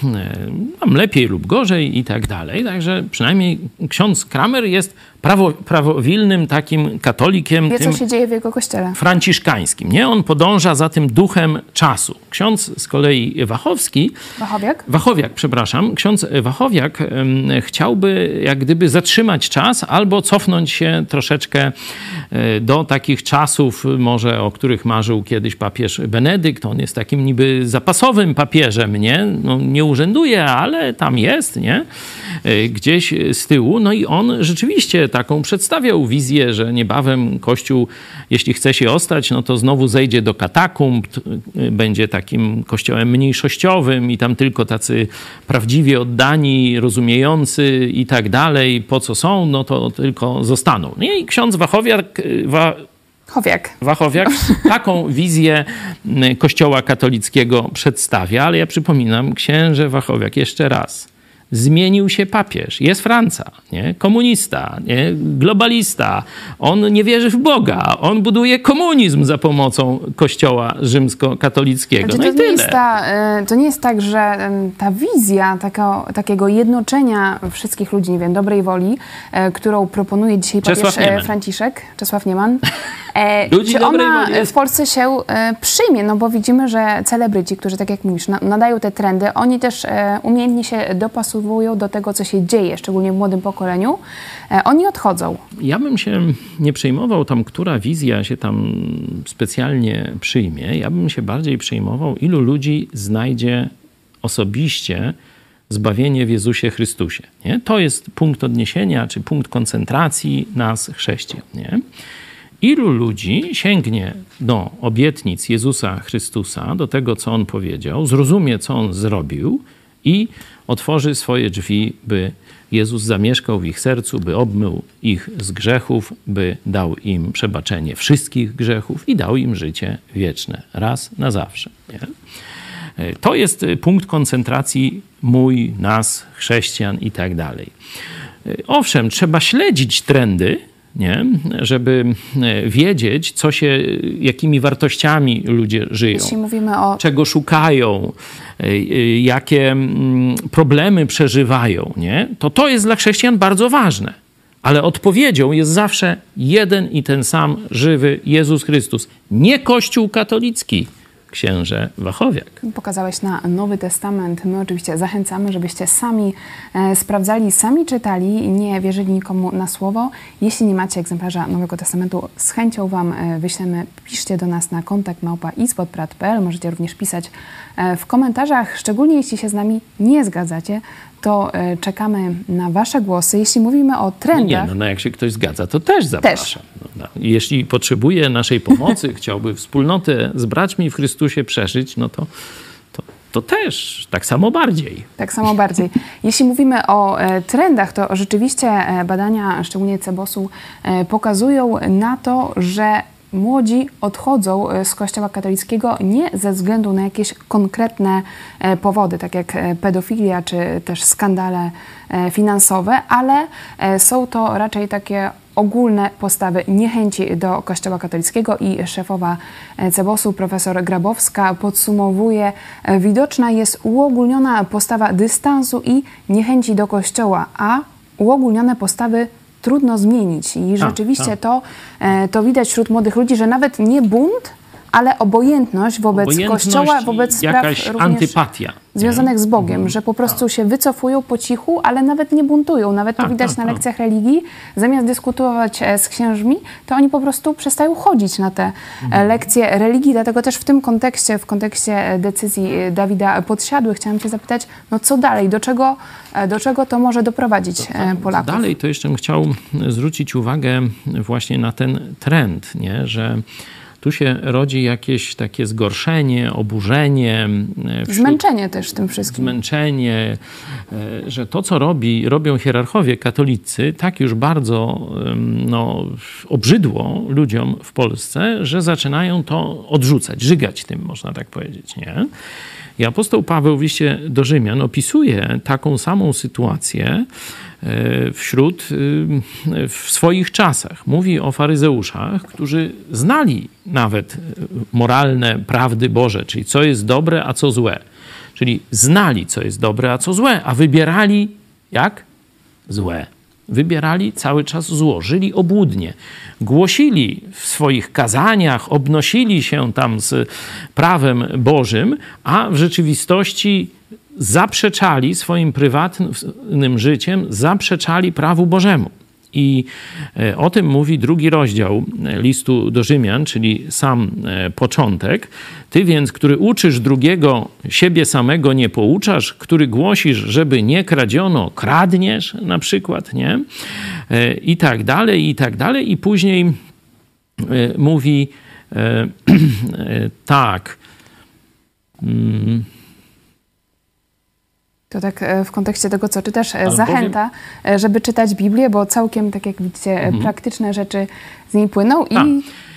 Tam lepiej lub gorzej i tak dalej. Także przynajmniej ksiądz Kramer jest prawo, prawowilnym takim katolikiem. Wie, tym co się dzieje w jego kościele. Franciszkańskim, nie? On podąża za tym duchem czasu. Ksiądz z kolei Wachowski... Wachowiak? Wachowiak, przepraszam. Ksiądz Wachowiak um, chciałby jak gdyby zatrzymać czas albo cofnąć się troszeczkę um, do takich czasów, może o których marzył kiedyś papież Benedykt. On jest takim niby zapasowym papieżem, nie? No, nie urzęduje, ale tam jest, nie? Gdzieś z tyłu. No i on rzeczywiście taką przedstawiał wizję, że niebawem Kościół, jeśli chce się ostać, no to znowu zejdzie do katakumb, będzie takim kościołem mniejszościowym i tam tylko tacy prawdziwie oddani, rozumiejący i tak dalej, po co są, no to tylko zostaną. Nie? I ksiądz Wachowiak... Wa Chowiak. Wachowiak taką wizję Kościoła katolickiego przedstawia, ale ja przypominam, księże Wachowiak jeszcze raz. Zmienił się papież, jest Franca, nie? Komunista, nie? Globalista. On nie wierzy w Boga, on buduje komunizm za pomocą Kościoła rzymskokatolickiego. Znaczy, no to, i nie tyle. Jest ta, to nie jest tak, że ta wizja taka, takiego jednoczenia wszystkich ludzi, nie wiem, dobrej woli, którą proponuje dzisiaj papież Czesław Nieman. Franciszek, Czesław Nieman, E, Ludzi czy dobrej ona woli w Polsce się e, przyjmie? No bo widzimy, że celebryci, którzy tak jak mówisz, na, nadają te trendy, oni też e, umiejętnie się dopasowują do tego, co się dzieje, szczególnie w młodym pokoleniu. E, oni odchodzą. Ja bym się nie przejmował tam, która wizja się tam specjalnie przyjmie. Ja bym się bardziej przejmował, ilu ludzi znajdzie osobiście zbawienie w Jezusie Chrystusie. Nie? To jest punkt odniesienia, czy punkt koncentracji nas, chrześcijan. Nie? Ilu ludzi sięgnie do obietnic Jezusa Chrystusa, do tego, co On powiedział, zrozumie, co On zrobił i otworzy swoje drzwi, by Jezus zamieszkał w ich sercu, by obmył ich z grzechów, by dał im przebaczenie wszystkich grzechów i dał im życie wieczne, raz na zawsze. Nie? To jest punkt koncentracji mój, nas, chrześcijan i tak dalej. Owszem, trzeba śledzić trendy, nie? Żeby wiedzieć, co się, jakimi wartościami ludzie żyją, Jeśli mówimy o... czego szukają, jakie problemy przeżywają, nie? To to jest dla chrześcijan bardzo ważne. Ale odpowiedzią jest zawsze jeden i ten sam żywy Jezus Chrystus. Nie Kościół katolicki, księże Wachowiak. Pokazałeś na Nowy Testament. My oczywiście zachęcamy, żebyście sami e, sprawdzali, sami czytali, nie wierzyli nikomu na słowo. Jeśli nie macie egzemplarza Nowego Testamentu, z chęcią wam e, wyślemy. Piszcie do nas na kontakt małpa ispodprat kropka p l. Możecie również pisać e, w komentarzach, szczególnie jeśli się z nami nie zgadzacie, to e, czekamy na wasze głosy. Jeśli mówimy o trendach... Nie, no, no jak się ktoś zgadza, to też zapraszam. Też. No, no. Jeśli potrzebuje naszej pomocy, chciałby wspólnotę z braćmi w Chrystusie przeżyć, no to, to, to też tak samo bardziej. Tak samo bardziej. Jeśli mówimy o e, trendach, to rzeczywiście e, badania, szczególnie Cebosu, e, pokazują na to, że młodzi odchodzą z Kościoła katolickiego nie ze względu na jakieś konkretne powody, tak jak pedofilia czy też skandale finansowe, ale są to raczej takie ogólne postawy niechęci do Kościoła katolickiego i szefowa Cebosu, profesor Grabowska, podsumowuje: widoczna jest uogólniona postawa dystansu i niechęci do Kościoła, a uogólnione postawy trudno zmienić. I rzeczywiście a, to, to widać wśród młodych ludzi, że nawet nie bunt, ale obojętność wobec obojętność Kościoła, wobec spraw jakaś również antypatia związanych nie? z Bogiem, że po prostu się wycofują po cichu, ale nawet nie buntują. Nawet to tak, widać tak, na tak. lekcjach religii. Zamiast dyskutować z księżmi, to oni po prostu przestają chodzić na te mhm. lekcje religii. Dlatego też w tym kontekście, w kontekście decyzji Dawida Podsiadły, chciałam cię zapytać, no co dalej? Do czego, do czego to może doprowadzić to, to, Polaków? Dalej to jeszcze bym chciał zwrócić uwagę właśnie na ten trend, nie? Że tu się rodzi jakieś takie zgorszenie, oburzenie. Wśród, zmęczenie też tym wszystkim. Zmęczenie, że to, co robi, robią hierarchowie katolicy, tak już bardzo no, obrzydło ludziom w Polsce, że zaczynają to odrzucać, żygać tym, można tak powiedzieć, nie? I apostoł Paweł w liście do Rzymian opisuje taką samą sytuację wśród, w swoich czasach. Mówi o faryzeuszach, którzy znali nawet moralne prawdy Boże, czyli co jest dobre, a co złe. Czyli znali, co jest dobre, a co złe, a wybierali jak? Złe. Wybierali cały czas zło, żyli obłudnie, głosili w swoich kazaniach, obnosili się tam z prawem Bożym, a w rzeczywistości zaprzeczali swoim prywatnym życiem, zaprzeczali prawu Bożemu. I o tym mówi drugi rozdział listu do Rzymian, czyli sam początek. Ty więc, który uczysz drugiego, siebie samego nie pouczasz, który głosisz, żeby nie kradziono, kradniesz na przykład, nie? I tak dalej, i tak dalej. I później mówi tak. To tak w kontekście tego, co czytasz, zachęta, żeby czytać Biblię, bo całkiem, tak jak widzicie, mhm. praktyczne rzeczy z niej płyną. I...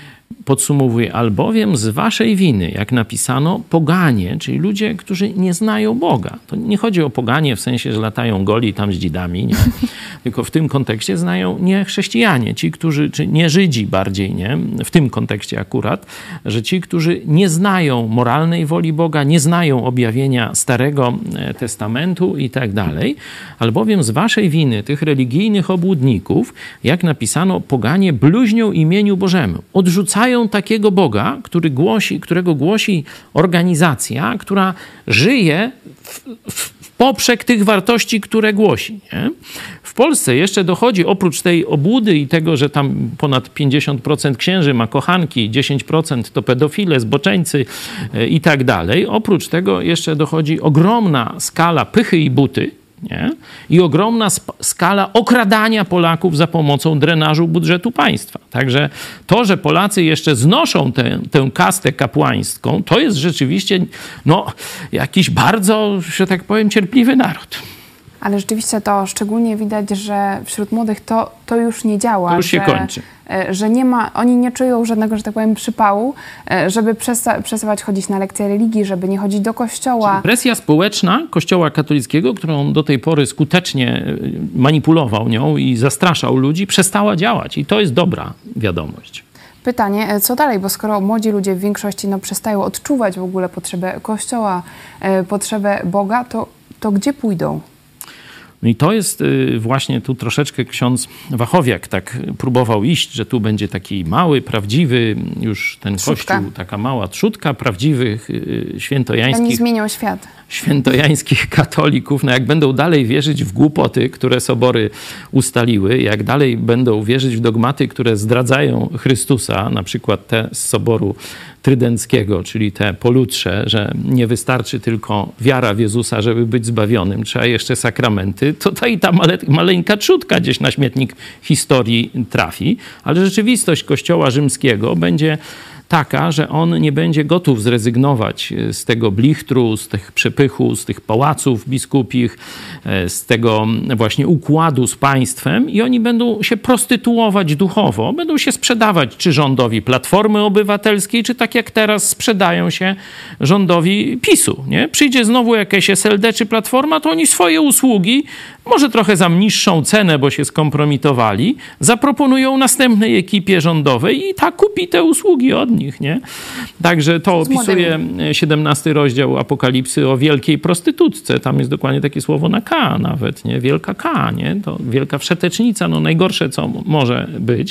podsumowuje, albowiem z waszej winy, jak napisano, poganie, czyli ludzie, którzy nie znają Boga. To nie chodzi o poganie w sensie, że latają goli tam z dzidami, nie? Tylko w tym kontekście znają nie chrześcijanie, ci, którzy, czy nie Żydzi bardziej, nie? W tym kontekście akurat, że ci, którzy nie znają moralnej woli Boga, nie znają objawienia Starego Testamentu i tak dalej, albowiem z waszej winy, tych religijnych obłudników, jak napisano, poganie bluźnią imieniu Bożemu. Odrzucają takiego Boga, który głosi, którego głosi organizacja, która żyje w, w poprzek tych wartości, które głosi. Nie? W Polsce jeszcze dochodzi, oprócz tej obłudy i tego, że tam ponad pięćdziesiąt procent księży ma kochanki, dziesięć procent to pedofile, zboczeńcy i tak dalej. Oprócz tego jeszcze dochodzi ogromna skala pychy i buty, nie? I ogromna sp- skala okradania Polaków za pomocą drenażu budżetu państwa. Także to, że Polacy jeszcze znoszą tę, tę kastę kapłańską, to jest rzeczywiście no, jakiś bardzo, że tak powiem, cierpliwy naród. Ale rzeczywiście to szczególnie widać, że wśród młodych to, to już nie działa. To już się że, kończy. Że nie ma, oni nie czują żadnego, że tak powiem, przypału, żeby przesta- przestawać chodzić na lekcje religii, żeby nie chodzić do kościoła. Czyli presja społeczna Kościoła katolickiego, którą do tej pory skutecznie manipulował nią i zastraszał ludzi, przestała działać. I to jest dobra wiadomość. Pytanie, co dalej? Bo skoro młodzi ludzie w większości no, przestają odczuwać w ogóle potrzebę Kościoła, potrzebę Boga, to, to gdzie pójdą? No i to jest właśnie tu troszeczkę ksiądz Wachowiak tak próbował iść, że tu będzie taki mały, prawdziwy już ten Trzutka. kościół, taka mała trzutka prawdziwych świętojańskich... Oni zmienią świat. Świętojańskich katolików, no jak będą dalej wierzyć w głupoty, które sobory ustaliły, jak dalej będą wierzyć w dogmaty, które zdradzają Chrystusa, na przykład te z soboru trydenckiego, czyli te polutrze, że nie wystarczy tylko wiara w Jezusa, żeby być zbawionym, trzeba jeszcze sakramenty, to ta i ta male, maleńka trzutka gdzieś na śmietnik historii trafi, ale rzeczywistość Kościoła rzymskiego będzie taka, że on nie będzie gotów zrezygnować z tego blichtru, z tych przepychu, z tych pałaców biskupich, z tego właśnie układu z państwem i oni będą się prostytuować duchowo, będą się sprzedawać czy rządowi Platformy Obywatelskiej, czy tak jak teraz sprzedają się rządowi PiSu. Nie? Przyjdzie znowu jakieś S L D czy Platforma, to oni swoje usługi, może trochę za niższą cenę, bo się skompromitowali, zaproponują następnej ekipie rządowej i ta kupi te usługi od nich, nie? Także to opisuje siedemnasty rozdział Apokalipsy o wielkiej prostytutce. Tam jest dokładnie takie słowo na K nawet, nie? Wielka K, nie? To wielka wszetecznica, no najgorsze, co może być.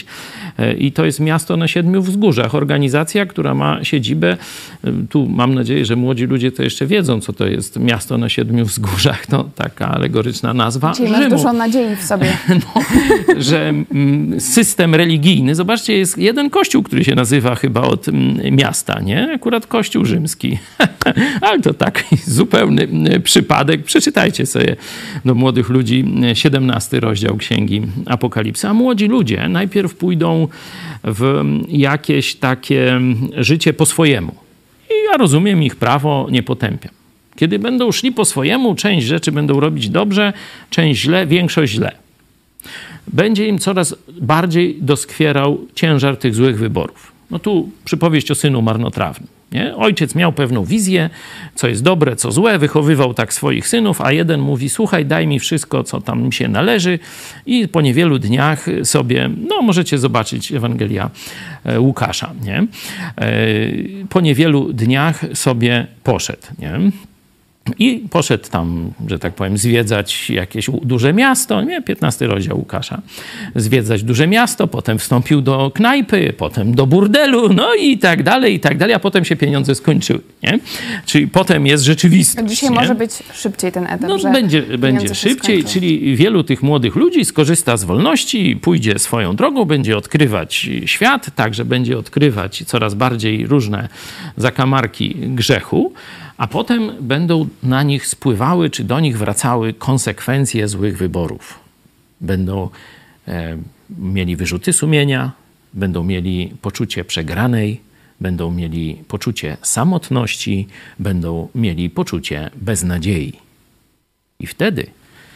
I to jest miasto na siedmiu wzgórzach. Organizacja, która ma siedzibę, tu mam nadzieję, że młodzi ludzie to jeszcze wiedzą, co to jest miasto na siedmiu wzgórzach. To taka alegoryczna nazwa Czyli Rzymu. masz dużo nadziei w sobie. No, że system religijny, zobaczcie, jest jeden kościół, który się nazywa chyba od miasta, nie? Akurat kościół rzymski. Ale to taki zupełny przypadek. Przeczytajcie sobie do młodych ludzi siedemnasty rozdział Księgi Apokalipsy. A młodzi ludzie najpierw pójdą w jakieś takie życie po swojemu. I ja rozumiem ich prawo, nie potępiam. Kiedy będą szli po swojemu, część rzeczy będą robić dobrze, część źle, większość źle. Będzie im coraz bardziej doskwierał ciężar tych złych wyborów. No tu przypowieść o synu marnotrawnym. Nie? Ojciec miał pewną wizję, co jest dobre, co złe, wychowywał tak swoich synów, a jeden mówi, słuchaj, daj mi wszystko, co tam mi się należy i po niewielu dniach sobie, no możecie zobaczyć Ewangelia Łukasza, nie? Po niewielu dniach sobie poszedł, nie? I poszedł tam, że tak powiem, zwiedzać jakieś duże miasto, nie, piętnasty rozdział Łukasza, zwiedzać duże miasto, potem wstąpił do knajpy, potem do burdelu, no i tak dalej, i tak dalej, a potem się pieniądze skończyły, nie? Czyli potem jest rzeczywistość. Dzisiaj nie? może być szybciej ten etap, No, że będzie, będzie szybciej, skończą. czyli wielu tych młodych ludzi skorzysta z wolności, pójdzie swoją drogą, będzie odkrywać świat, także będzie odkrywać coraz bardziej różne zakamarki grzechu, a potem będą na nich spływały, czy do nich wracały konsekwencje złych wyborów. Będą e, mieli wyrzuty sumienia, będą mieli poczucie przegranej, będą mieli poczucie samotności, będą mieli poczucie beznadziei. I wtedy,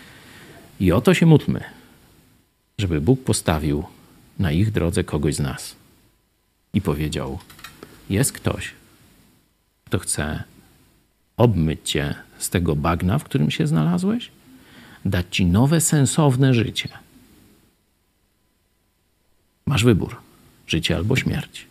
i o to się módlmy, żeby Bóg postawił na ich drodze kogoś z nas. i powiedział: jest ktoś, kto chce obmyć cię z tego bagna, w którym się znalazłeś, dać ci nowe, sensowne życie. Masz wybór: życie albo śmierć.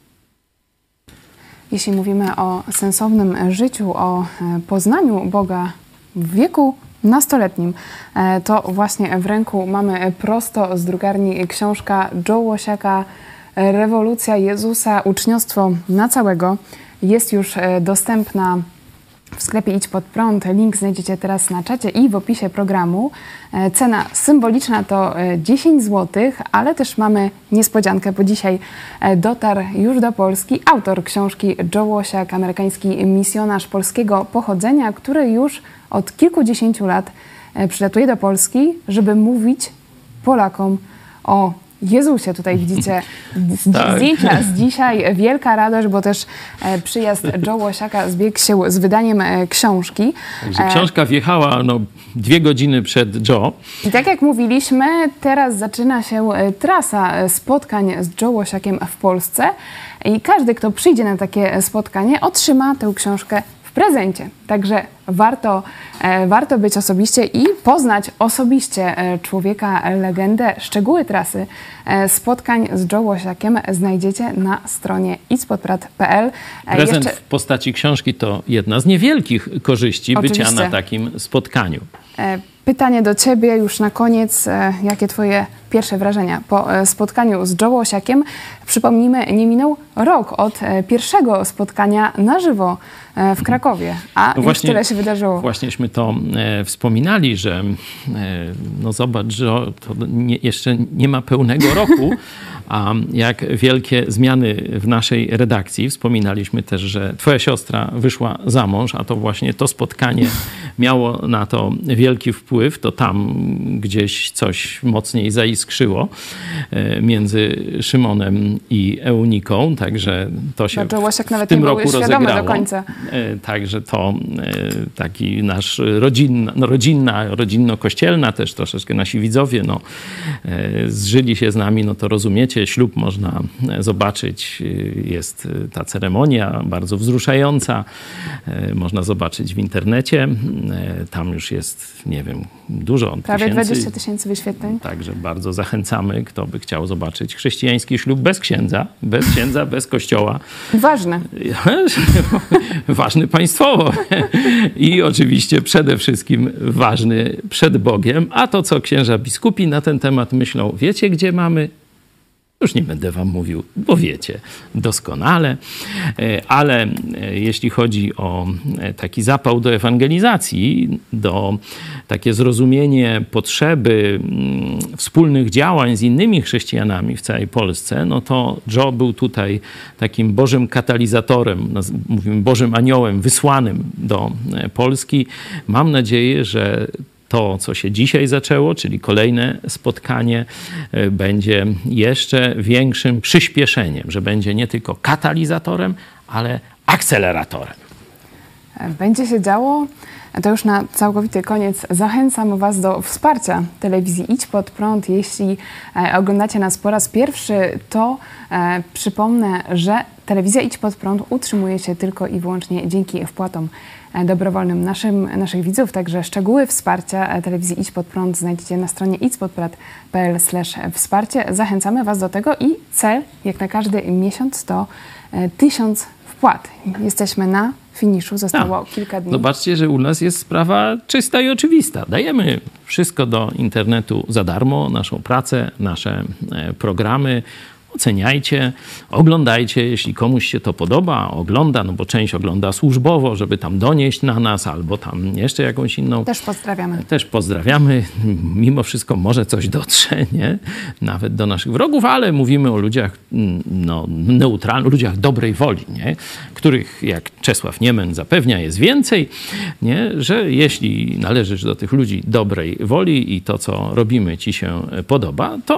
Jeśli mówimy o sensownym życiu, o poznaniu Boga w wieku nastoletnim, to właśnie w ręku mamy prosto z drukarni książka Joe Łosiaka Rewolucja Jezusa, uczniostwo na całego. Jest już dostępna w sklepie Idź Pod Prąd. Link znajdziecie teraz na czacie i w opisie programu. Cena symboliczna to dziesięć złotych, ale też mamy niespodziankę, bo dzisiaj dotarł już do Polski autor książki Joe Łosiak, amerykański misjonarz polskiego pochodzenia, który już od kilkudziesięciu lat przylatuje do Polski, żeby mówić Polakom o Jezusie. Tutaj widzicie tak. zdjęcia z dzisiaj. Wielka radość, bo też przyjazd Joe Łosiaka zbiegł się z wydaniem książki. Także książka wjechała no, dwie godziny przed Joe. I tak jak mówiliśmy, teraz zaczyna się trasa spotkań z Joe Łosiakiem w Polsce i każdy, kto przyjdzie na takie spotkanie, otrzyma tę książkę w prezencie. Także warto, e, warto być osobiście i poznać osobiście e, człowieka, legendę. Szczegóły trasy e, spotkań z Joe Łosiakiem znajdziecie na stronie idźpodprad kropka p l. E, Prezent jeszcze... w postaci książki to jedna z niewielkich korzyści Oczywiście. bycia na takim spotkaniu. E, Pytanie do ciebie już na koniec. Jakie twoje pierwsze wrażenia po spotkaniu z Joe Łosiakiem? Przypomnijmy, nie minął rok od pierwszego spotkania na żywo w Krakowie, a no właśnie, już tyle się wydarzyło. Właśnieśmy to e, wspominali, że e, no zobacz, że to nie, jeszcze nie ma pełnego roku, a jak wielkie zmiany w naszej redakcji. Wspominaliśmy też, że twoja siostra wyszła za mąż, a to właśnie to spotkanie miało na to wielki wpływ. To tam gdzieś coś mocniej zaiskrzyło między Szymonem i Euniką, także to się Joe Łosiak w nawet tym nie roku był rozegrało. Do końca. Także to taki nasz rodzinna, rodzinna, rodzinno-kościelna też troszeczkę nasi widzowie no, zżyli się z nami, no to rozumiecie, ślub można zobaczyć, jest ta ceremonia bardzo wzruszająca, można zobaczyć w internecie, tam już jest, nie wiem, dużo Prawie tysięcy. dwadzieścia tysięcy wyświetleń. Także bardzo zachęcamy, kto by chciał zobaczyć chrześcijański ślub bez księdza, bez księdza, bez kościoła. Ważne. Ważny państwowo i oczywiście przede wszystkim ważny przed Bogiem. A to, co księża biskupi na ten temat myślą, wiecie, gdzie mamy? Już nie będę wam mówił, bo wiecie doskonale, ale jeśli chodzi o taki zapał do ewangelizacji, do takie zrozumienie potrzeby wspólnych działań z innymi chrześcijanami w całej Polsce, no to Joe był tutaj takim Bożym katalizatorem, mówimy Bożym aniołem wysłanym do Polski. Mam nadzieję, że to, co się dzisiaj zaczęło, czyli kolejne spotkanie, będzie jeszcze większym przyspieszeniem, że będzie nie tylko katalizatorem, ale akceleratorem. Będzie się działo. To już na całkowity koniec zachęcam was do wsparcia telewizji Idź Pod Prąd. Jeśli oglądacie nas po raz pierwszy, to e, przypomnę, że telewizja Idź Pod Prąd utrzymuje się tylko i wyłącznie dzięki wpłatom dobrowolnym naszym, naszych widzów. Także szczegóły wsparcia telewizji Idź Pod Prąd znajdziecie na stronie idźpodprad kropka p l slash wsparcie. Zachęcamy was do tego i cel, jak na każdy miesiąc, to tysiąc wpłat. Jesteśmy na finiszu, zostało A, kilka dni. Zobaczcie, że u nas jest sprawa czysta i oczywista. Dajemy wszystko do internetu za darmo, naszą pracę, nasze programy. Oceniajcie, oglądajcie, jeśli komuś się to podoba, ogląda, no bo część ogląda służbowo, żeby tam donieść na nas, albo tam jeszcze jakąś inną. Też pozdrawiamy. Też pozdrawiamy. Mimo wszystko może coś dotrze, nie? Nawet do naszych wrogów, ale mówimy o ludziach no, neutralnych, ludziach dobrej woli, nie? Których, jak Czesław Niemen zapewnia, jest więcej, nie? Że jeśli należysz do tych ludzi dobrej woli i to, co robimy, ci się podoba, to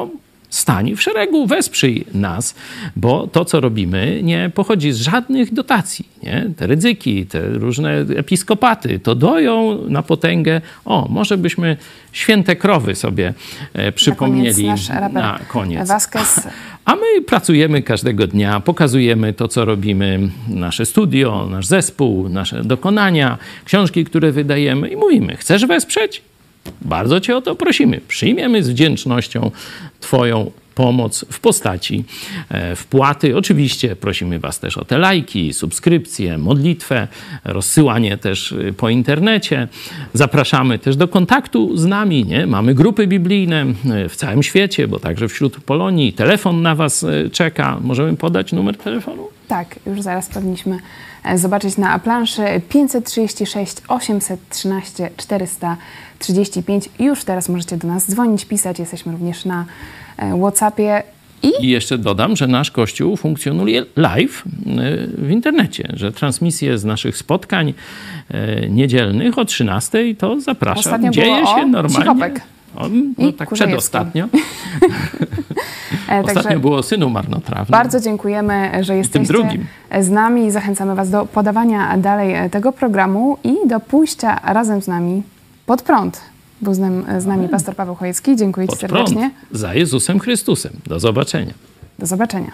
stań w szeregu, wesprzyj nas, bo to, co robimy, nie pochodzi z żadnych dotacji. Nie? Te Rydzyki, te różne episkopaty, to doją na potęgę. O, może byśmy święte krowy sobie e, przypomnieli na koniec. Nasz raper na koniec. Vasquez. A my pracujemy każdego dnia, pokazujemy to, co robimy, nasze studio, nasz zespół, nasze dokonania, książki, które wydajemy i mówimy, chcesz wesprzeć? Bardzo cię o to prosimy. Przyjmiemy z wdzięcznością twoją pomoc w postaci e, wpłaty. Oczywiście prosimy was też o te lajki, subskrypcje, modlitwę, rozsyłanie też po internecie. Zapraszamy też do kontaktu z nami. Nie? Mamy grupy biblijne w całym świecie, bo także wśród Polonii. Telefon na was czeka. Możemy podać numer telefonu? Tak, już zaraz powinniśmy zobaczyć na planszy pięćset trzydzieści sześć osiemset trzynaście czterysta trzydzieści pięć. Już teraz możecie do nas dzwonić, pisać. Jesteśmy również na WhatsAppie. I? I jeszcze dodam, że nasz Kościół funkcjonuje live w internecie, że transmisje z naszych spotkań niedzielnych o trzynastej to zapraszam. Ostatnio Dzieje było się o normalnie. Cichopek. O, no I tak Kurzejewskim. przedostatnio. Także Ostatnio było o synu marnotrawnym. bardzo dziękujemy, że jesteście drugim. z nami i zachęcamy was do podawania dalej tego programu i do pójścia razem z nami pod prąd. Był z nami, z nami pastor Paweł Chojecki. Dziękuję Pod ci serdecznie. prąd. Za Jezusem Chrystusem. Do zobaczenia. Do zobaczenia.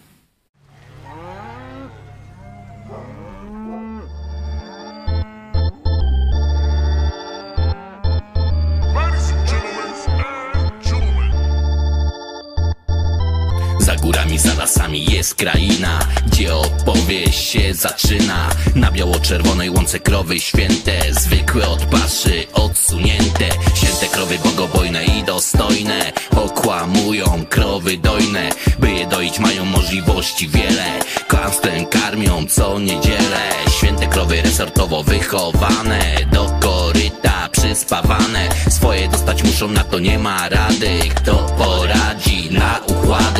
Za górami, za lasami jest kraina, gdzie opowieść się zaczyna. Na biało-czerwonej łące krowy święte, zwykłe od paszy odsunięte. Święte krowy bogobojne i dostojne, okłamują krowy dojne. By je doić mają możliwości wiele, kłamstwem karmią co niedzielę. Święte krowy resortowo wychowane, do koryta przyspawane. Swoje dostać muszą, na to nie ma rady. Kto poradzi na układy?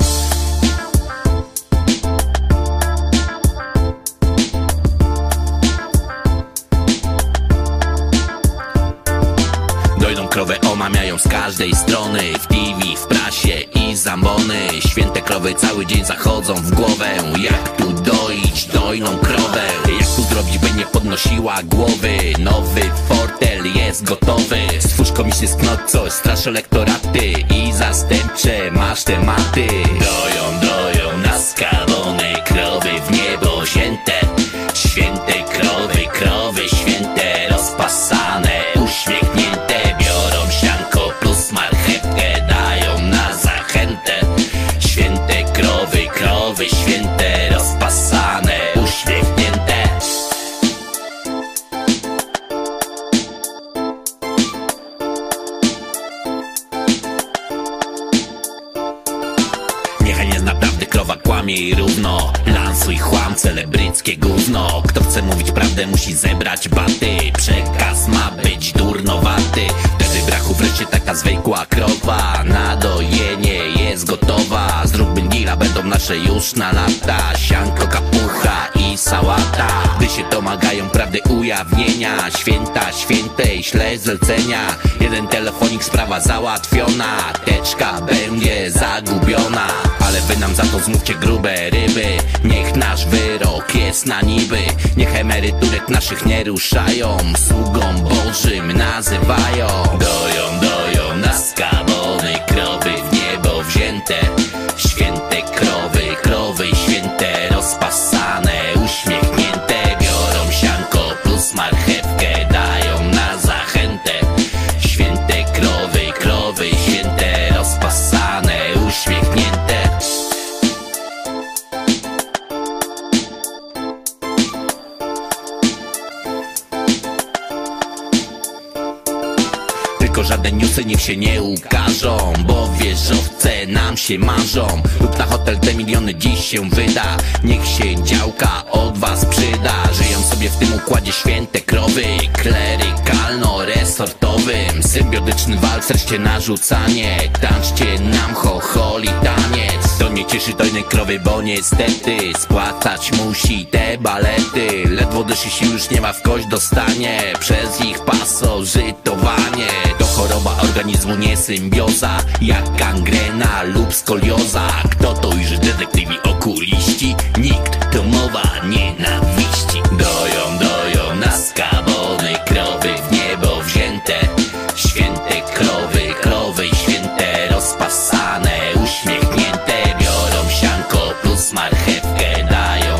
Dojną krowę omamiają z każdej strony, w T V, w prasie i zambony. Święte krowy cały dzień zachodzą w głowę. Jak tu doić dojną krowę? Jak tu zrobić, by nie podnosiła głowy? Nowy fortel jest gotowy. Stwórz komisję z knot, coś strasz elektoraty i zastępcze masz tematy. Doją, doją naskawone krowy w niebo wzięte. Święte krowy, krowy święte, rozpasane, uśmiechnięte. Biorą sianko plus marchewkę, dają na zachętę. Święte krowy, krowy święte, rozpasane, uśmiechnięte. Niechaj jest naprawdę krowa, kłamie i równo. Lansuj chłam, celebryckie gówno. Kto chce mówić prawdę, musi zebrać baty. Przekaz ma być durnowaty. Wtedy brachu wreszcie taka zwykła krowa. Na dojenie jest gotowa. Zróbmy gila, będą nasze już na lata. Sianko, kapucha i sałata. Gdy się domagają prawdy ujawnienia, święta świętej śle zlecenia. Jeden telefonik, sprawa załatwiona. Teczka będzie zagubiona. Ale wy nam za to zmówcie grube ryby. Niech nasz wyrok jest na niby. Niech emeryturek naszych nie ruszają. Sługą Bożym nazywają. Doją, doją naskawone krowy w niebo wzięte. Święte krowy, krowy święte, rozpasane, uśmiechnięte. Biorą sianko plus marchewkę, dają na zachętę. Święte krowy, krowy święte, rozpasane, uśmiechnięte. Tylko żadne newsy niech się nie ukażą, bo wieżowce nam się marzą. Lub na hotel te miliony dziś się wyda. Niech się działka od was przyda. Żyją sobie w tym układzie święte krowy, klerykalno-resortowym. Symbiotyczny walc, wreszcie narzucanie. Tańczcie nam chocholi taniec. To nie cieszy dojnej krowy, bo niestety spłacać musi te balety. Ledwo dość sił już nie ma, w kość dostanie przez ich pasożytowanie. To choroba organizmu, nie symbioza, jak gangrena lub skolioza. Kto to już detektywi okuliści? Nikt, to mowa nienawiści. Doją, doją nas kabony, krowy w niebo wzięte. Święte krowy, krowy święte, rozpasane, uśmiechnięte. Biorą sianko plus marchewkę, dają